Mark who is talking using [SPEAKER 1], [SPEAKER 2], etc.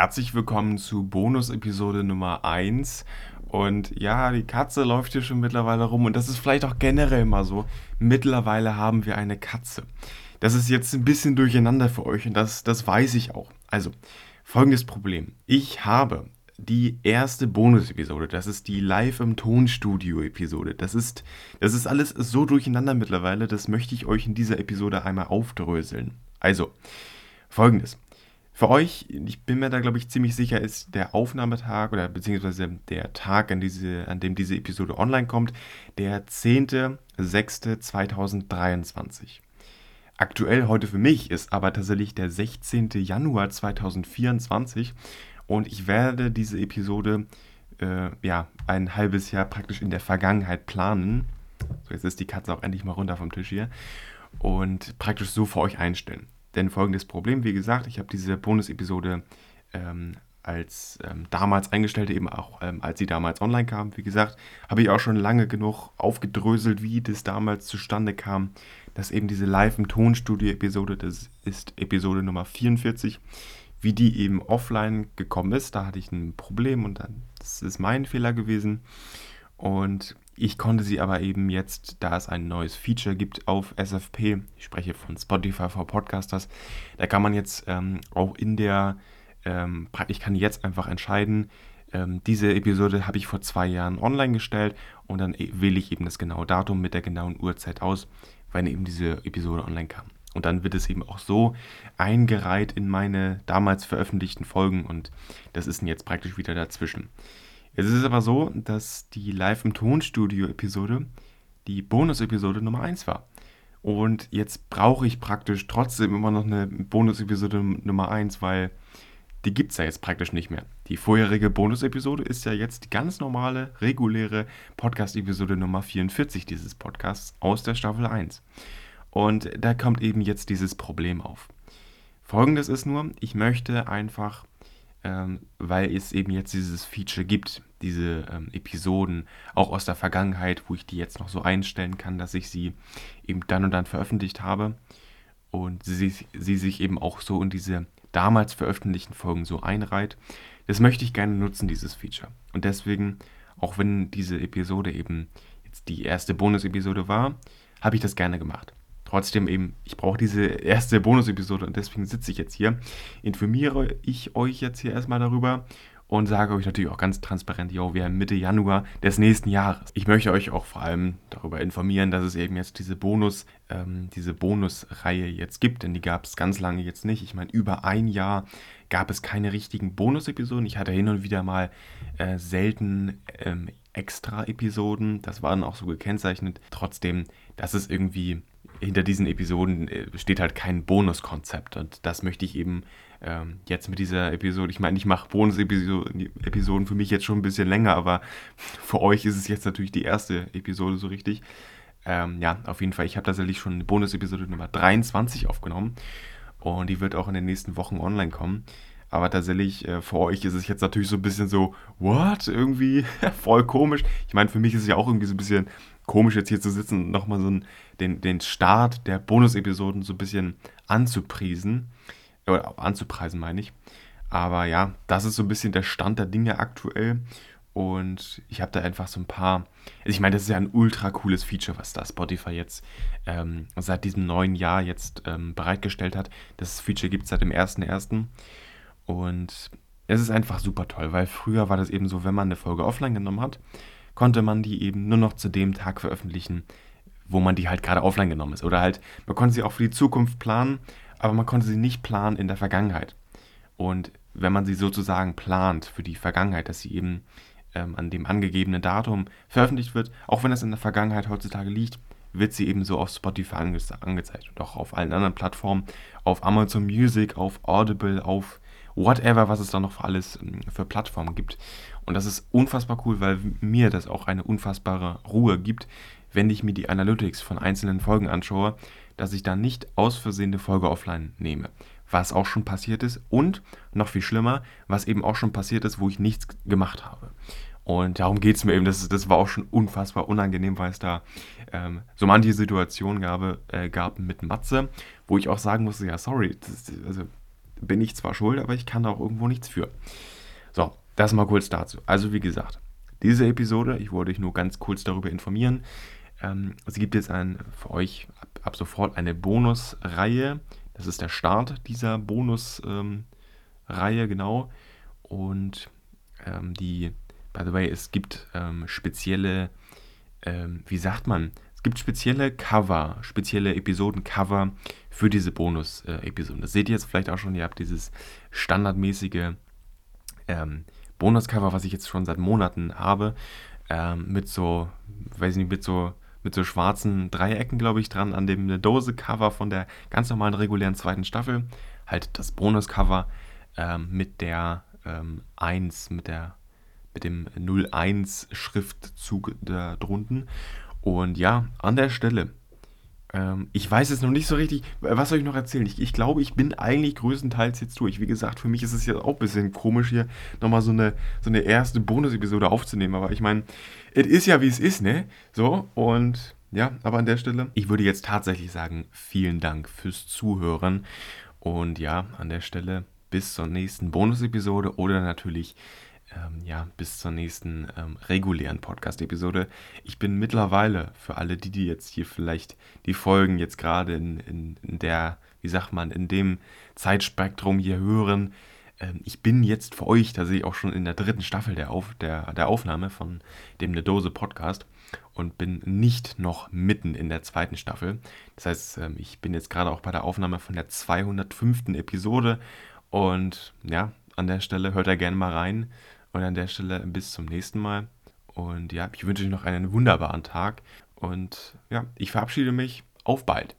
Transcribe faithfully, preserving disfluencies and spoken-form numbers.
[SPEAKER 1] Herzlich willkommen zu Bonus-Episode Nummer eins. Und ja, die Katze läuft hier schon mittlerweile rum und das ist vielleicht auch generell mal so. Mittlerweile haben wir eine Katze. Das ist jetzt ein bisschen durcheinander für euch und das, das weiß ich auch. Also, folgendes Problem. Ich habe die erste Bonus-Episode, das ist die Live im Tonstudio-Episode. Das ist, das ist alles so durcheinander mittlerweile, das möchte ich euch in dieser Episode einmal aufdröseln. Also, folgendes. Für euch, ich bin mir da glaube ich ziemlich sicher, ist der Aufnahmetag oder beziehungsweise der Tag, an, diese, an dem diese Episode online kommt, der zehnter sechster zweitausenddreiundzwanzig. Aktuell heute für mich ist aber tatsächlich der sechzehnter Januar zweitausendvierundzwanzig und ich werde diese Episode äh, ja, ein halbes Jahr praktisch in der Vergangenheit planen. So, jetzt ist die Katze auch endlich mal runter vom Tisch hier und praktisch so für euch einstellen. Denn folgendes Problem, wie gesagt, ich habe diese Bonus-Episode ähm, als ähm, damals eingestellte, eben auch ähm, als sie damals online kam. Wie gesagt, habe ich auch schon lange genug aufgedröselt, wie das damals zustande kam, dass eben diese Live im Tonstudio-Episode, das ist Episode Nummer vierundvierzig, wie die eben offline gekommen ist. Da hatte ich ein Problem und dann, das ist mein Fehler gewesen. Und ich konnte sie aber eben jetzt, da es ein neues Feature gibt auf S F P, ich spreche von Spotify for Podcasters, da kann man jetzt ähm, auch in der, ähm, ich kann jetzt einfach entscheiden, ähm, diese Episode habe ich vor zwei Jahren online gestellt und dann wähle ich eben das genaue Datum mit der genauen Uhrzeit aus, wann eben diese Episode online kam. Und dann wird es eben auch so eingereiht in meine damals veröffentlichten Folgen und das ist jetzt praktisch wieder dazwischen. Es ist aber so, dass die Live im Tonstudio-Episode die Bonus-Episode Nummer eins war. Und jetzt brauche ich praktisch trotzdem immer noch eine Bonus-Episode Nummer eins, weil die gibt es ja jetzt praktisch nicht mehr. Die vorherige Bonus-Episode ist ja jetzt die ganz normale, reguläre Podcast-Episode Nummer vierundvierzig dieses Podcasts aus der Staffel eins. Und da kommt eben jetzt dieses Problem auf. Folgendes ist nur, ich möchte einfach, ähm, weil es eben jetzt dieses Feature gibt, diese ähm, Episoden, auch aus der Vergangenheit, wo ich die jetzt noch so einstellen kann, dass ich sie eben dann und dann veröffentlicht habe und sie, sie sich eben auch so in diese damals veröffentlichten Folgen so einreiht. Das möchte ich gerne nutzen, dieses Feature. Und deswegen, auch wenn diese Episode eben jetzt die erste Bonus-Episode war, habe ich das gerne gemacht. Trotzdem eben, ich brauche diese erste Bonus-Episode und deswegen sitze ich jetzt hier, informiere ich euch jetzt hier erstmal darüber und sage euch natürlich auch ganz transparent, jo, wir haben Mitte Januar des nächsten Jahres. Ich möchte euch auch vor allem darüber informieren, dass es eben jetzt diese Bonus, ähm, diese Bonusreihe jetzt gibt, denn die gab es ganz lange jetzt nicht. Ich meine, über ein Jahr gab es keine richtigen Bonus-Episoden. Ich hatte hin und wieder mal äh, selten ähm, Extra-Episoden, das war dann auch so gekennzeichnet. Trotzdem, das ist irgendwie hinter diesen Episoden steht halt kein Bonuskonzept und das möchte ich eben ähm, jetzt mit dieser Episode, ich meine, ich mache Bonus-Episoden für mich jetzt schon ein bisschen länger, aber für euch ist es jetzt natürlich die erste Episode so richtig. Ähm, ja, auf jeden Fall, ich habe tatsächlich schon eine Bonus-Episode Nummer dreiundzwanzig aufgenommen und die wird auch in den nächsten Wochen online kommen. Aber tatsächlich, äh, für euch ist es jetzt natürlich so ein bisschen so, what? Irgendwie voll komisch. Ich meine, für mich ist es ja auch irgendwie so ein bisschen komisch, jetzt hier zu sitzen und nochmal so einen, den, den Start der Bonus-Episoden so ein bisschen anzupriesen. Oder anzupreisen, meine ich. Aber ja, das ist so ein bisschen der Stand der Dinge aktuell. Und ich habe da einfach so ein paar. Also ich meine, das ist ja ein ultra cooles Feature, was da Spotify jetzt ähm, seit diesem neuen Jahr jetzt ähm, bereitgestellt hat. Das Feature gibt es seit dem ersten ersten Und es ist einfach super toll, weil früher war das eben so, wenn man eine Folge offline genommen hat, konnte man die eben nur noch zu dem Tag veröffentlichen, wo man die halt gerade offline genommen ist. Oder halt, man konnte sie auch für die Zukunft planen, aber man konnte sie nicht planen in der Vergangenheit. Und wenn man sie sozusagen plant für die Vergangenheit, dass sie eben ähm, an dem angegebenen Datum veröffentlicht wird, auch wenn das in der Vergangenheit heutzutage liegt, wird sie eben so auf Spotify ange- angezeigt und auch auf allen anderen Plattformen, auf Amazon Music, auf Audible, auf whatever, was es da noch für alles ähm, für Plattformen gibt. Und das ist unfassbar cool, weil mir das auch eine unfassbare Ruhe gibt, wenn ich mir die Analytics von einzelnen Folgen anschaue, dass ich da nicht aus Versehen eine Folge offline nehme. Was auch schon passiert ist und, noch viel schlimmer, was eben auch schon passiert ist, wo ich nichts gemacht habe. Und darum geht es mir eben, das, das war auch schon unfassbar unangenehm, weil es da ähm, so manche Situationen gab, äh, gab mit Matze, wo ich auch sagen musste, ja sorry, das, also bin ich zwar schuld, aber ich kann da auch irgendwo nichts für. So, das mal kurz dazu. Also wie gesagt, diese Episode, ich wollte euch nur ganz kurz darüber informieren. Ähm, es gibt jetzt ein, für euch ab, ab sofort eine Bonusreihe. Das ist der Start dieser Bonusreihe, ähm, genau. Und ähm, die, by the way, es gibt ähm, spezielle, ähm, wie sagt man, es gibt spezielle Cover, spezielle Episoden-Cover für diese Bonus-Episoden. Das seht ihr jetzt vielleicht auch schon, ihr habt dieses standardmäßige ähm, Bonuscover, was ich jetzt schon seit Monaten habe, ähm, mit so, weiß ich nicht, mit so, mit so schwarzen Dreiecken, glaube ich, dran, an dem eine Dose-Cover von der ganz normalen regulären zweiten Staffel. Halt das Bonuscover ähm, mit der ähm, eins, mit der mit dem null eins Schriftzug da drunten. Und ja, an der Stelle, ähm, ich weiß jetzt noch nicht so richtig, was soll ich noch erzählen? Ich, ich glaube, ich bin eigentlich größtenteils jetzt durch. Wie gesagt, für mich ist es jetzt auch ein bisschen komisch, hier nochmal so eine, so eine erste Bonus-Episode aufzunehmen. Aber ich meine, es ist ja, wie es ist, ne? So, und ja, aber an der Stelle, ich würde jetzt tatsächlich sagen, vielen Dank fürs Zuhören. Und ja, an der Stelle bis zur nächsten Bonus-Episode oder natürlich ähm, ja, bis zur nächsten ähm, regulären Podcast-Episode. Ich bin mittlerweile, für alle die, die jetzt hier vielleicht die Folgen jetzt gerade in, in, in der, wie sagt man, in dem Zeitspektrum hier hören, ähm, ich bin jetzt für euch tatsächlich auch schon in der dritten Staffel der, Auf, der, der Aufnahme von dem Ne Dose Podcast und bin nicht noch mitten in der zweiten Staffel. Das heißt, ähm, ich bin jetzt gerade auch bei der Aufnahme von der zweihundertfünften Episode und ja, an der Stelle hört da gerne mal rein. Und an der Stelle bis zum nächsten Mal. Und ja, ich wünsche euch noch einen wunderbaren Tag. Und ja, ich verabschiede mich. Auf bald.